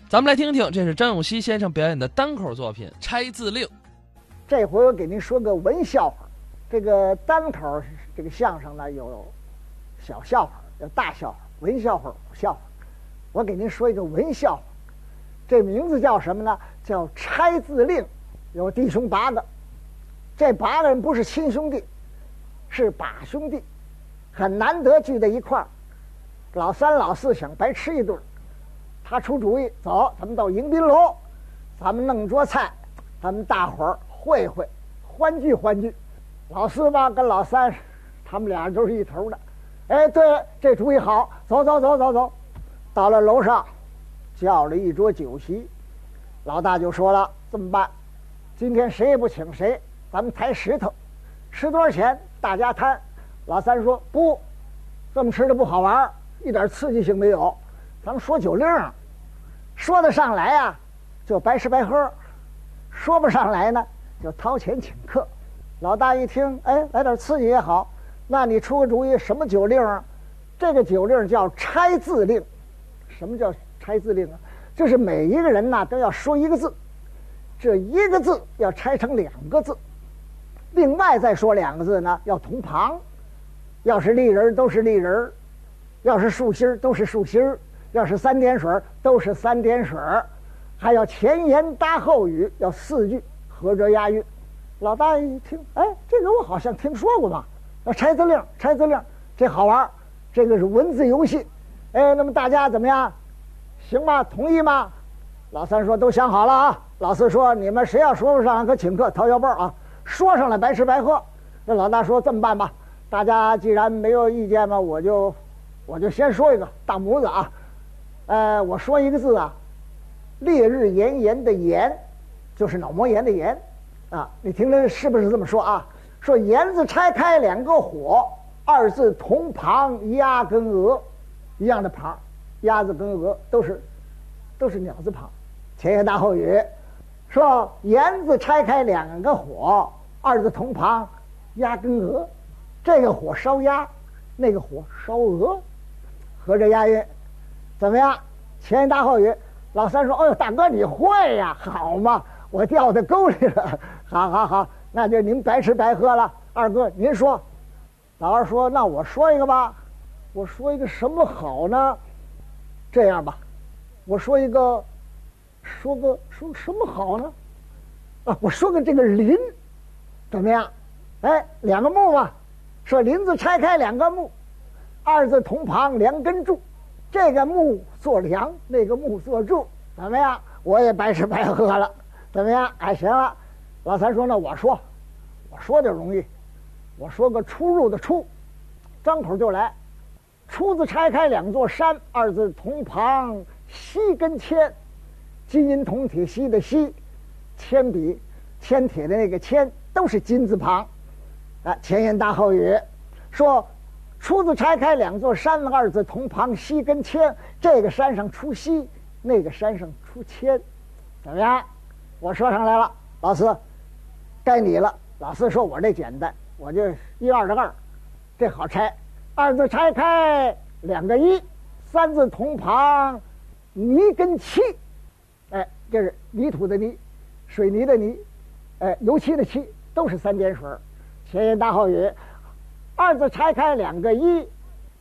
咱们来听听，这是张永熙先生表演的单口作品《拆字令》。 这回我给您说个文笑话。这个单口这个相声呢，有小笑话，有大笑话，文笑话、武笑话。我给您说一个文笑话，这名字叫什么呢？叫拆字令。有弟兄8个，这8个人不是亲兄弟，是把兄弟，很难得聚在一块儿。老3、老4想白吃一顿，他出主意，走，咱们到迎宾楼，咱们弄桌菜，咱们大伙儿会会，欢聚欢聚。老4吧跟老3，他们俩都是一头的。哎，对了，这主意好，走。到了楼上，叫了一桌酒席。老大就说了，这么办，今天谁也不请谁，咱们抬石头，吃多少钱大家摊。老3说不，这么吃的不好玩，一点刺激性没有。咱们说酒令，说得上来啊，就白吃白喝；说不上来呢，就掏钱请客。老大一听，哎，来点刺激也好，那你出个主意，什么酒令啊？这个酒令叫拆字令。什么叫拆字令啊？就是每一个人呢都要说一个字，这一个字要拆成2个字，另外再说2个字呢要同旁。要是立人都是立人，要是竖心都是竖心，要是3点水都是3点水，还要前言搭后语，要4句合辙押韵。老大一听，哎，这个我好像听说过嘛，要拆字令，这好玩，这个是文字游戏。哎，那么大家怎么样？行吗？同意吗？老3说都想好了啊。老4说你们谁要说不上可请客掏腰包啊，说上来白吃白喝。那老大说这么办吧，大家既然没有意见嘛，我就先说一个大拇指啊。我说一个字啊，烈日炎炎的炎，就是脑膜炎的炎啊。你听听是不是这么说啊？说言字拆开2个火，2字同旁，鸭跟鹅一样的旁，鸭子跟鹅都是鸟字旁。前言搭后语，说言字拆开2个火，2字同旁，鸭跟鹅，这个火烧鸭，那个火烧鹅，合着押韵，怎么样？前言搭后语。老3说：“哎呦，大哥你会呀，好嘛，我掉在沟里了。好，那就您白吃白喝了。二哥您说。”老2说：“那我说一个吧，我说一个什么好呢？这样吧，我说一个，说什么好呢？啊，我说个这个林，怎么样？哎，2个木嘛，说林字拆开2个木，2字同旁，2根柱。这个木做梁，那个木做柱，怎么样？我也白吃白喝了，怎么样？哎，行了。老3说：“那我说就容易，我说个出入的出，张口就来。出字拆开2座山，2字同旁，锡跟铅，金银铜铁锡的锡，铅笔铅铁的那个铅都是金字旁。前言搭后语，说。”出字拆开2座山，2字同旁，锡跟铅，这个山上出锡，那个山上出铅，怎么样？我说上来了。老4，该你了。老4说：“我这简单，我就1、2的2，这好拆。2字拆开2个一，3字同旁，泥跟漆。哎，这是泥土的泥，水泥的泥，油漆的漆，都是3点水。前言搭后语。2字拆开2个一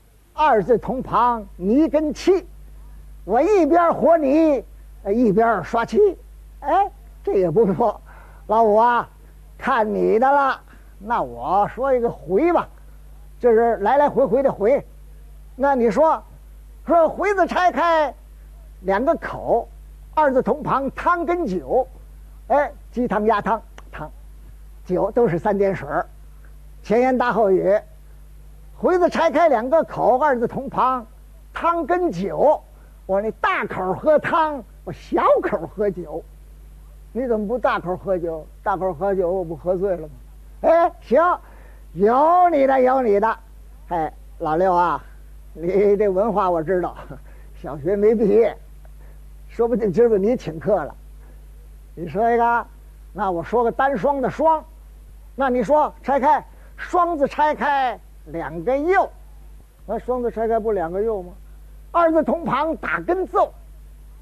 ，2字同旁，泥跟漆。我一边和泥，一边刷漆。哎，这也不错。老5啊，看你的了。那我说一个回吧，就是来来回回的回。那你说回字拆开2个口，2字同旁，汤跟酒。哎，鸡汤鸭汤，汤酒都是3点水。前言搭后语，回字拆开2个口，2字同旁，汤跟酒。我那大口喝汤，我小口喝酒。你怎么不大口喝酒？大口喝酒我不喝醉了吗？哎，行，有你的。哎，老6啊，你这文化我知道，小学没毕业，说不定今儿你请客了。你说一个，那我说个单双的双。那你说拆开双字拆开2个右，双字拆开不2个右吗？2字同旁打跟奏，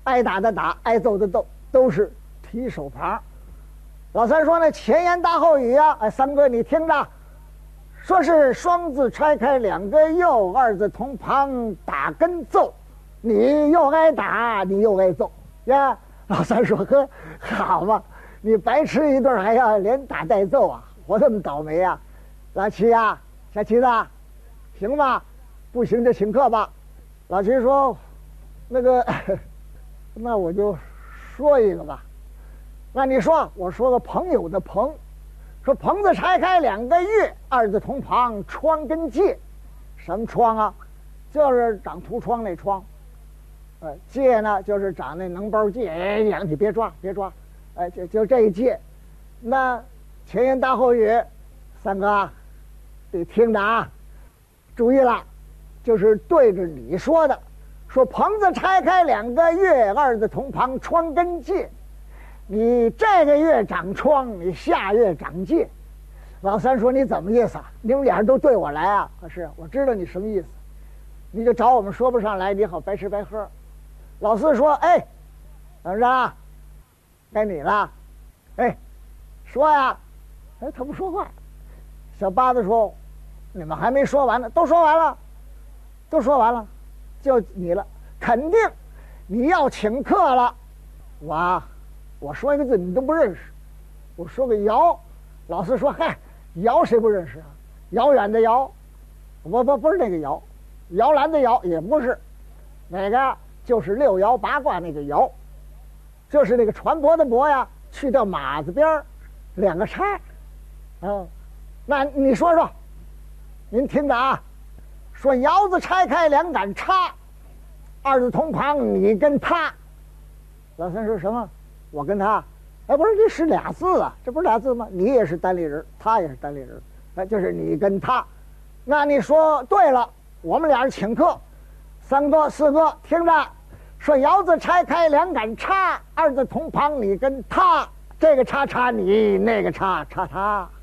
挨打的打，挨揍的揍，都是提手旁。老三说呢，前言大后语啊，哎，三哥你听着，说是双字拆开两个又，二字同旁打跟揍，你又挨打，你又挨揍呀。老三说呵，好嘛，你白吃一顿还要连打带揍啊，我这么倒霉啊。老七呀，小七子，行吧，不行就请客吧。老七说，那个，那我就说一个吧。那你说，我说个朋友的朋，说棚子拆开两个月，二字同旁窗跟界，什么窗啊？就是长涂窗那窗。界呢，就是长那脓包界。哎呀，你别抓，别抓，哎，就这一界。那前言大后语，三哥得听着啊，注意了，就是对着你说的。说棚子拆开两个月，二字同旁窗跟界，你这个月长窗，你下月长界。老三说你怎么意思啊？你们俩人都对我来啊？可是我知道你什么意思，你就找我们说不上来，你好白吃白喝。老四说，哎，怎么着？该你了，哎，说呀。哎，他不说话。小八子说，你们还没说完呢。都说完了，都说完了，就你了。肯定你要请客了。我说一个字你都不认识，我说个尧。老四说，嗨，尧谁不认识啊？遥远的遥，不是那个尧，摇篮的摇也不是，哪个？就是六爻八卦那个爻，就是那个船舶的舶呀，去掉马字边两个叉。那你说说，您听着啊，说爻字拆开两杆叉，二字同旁你跟他。老三说什么？我跟他？哎，不是，这是俩字啊，这不是俩字吗？你也是单立人，他也是单立人，哎，就是你跟他。那你说对了，我们俩人请客。三哥四哥听着，说爻字拆开两杆叉，二字同旁你跟他，这个叉叉你，那个叉叉他。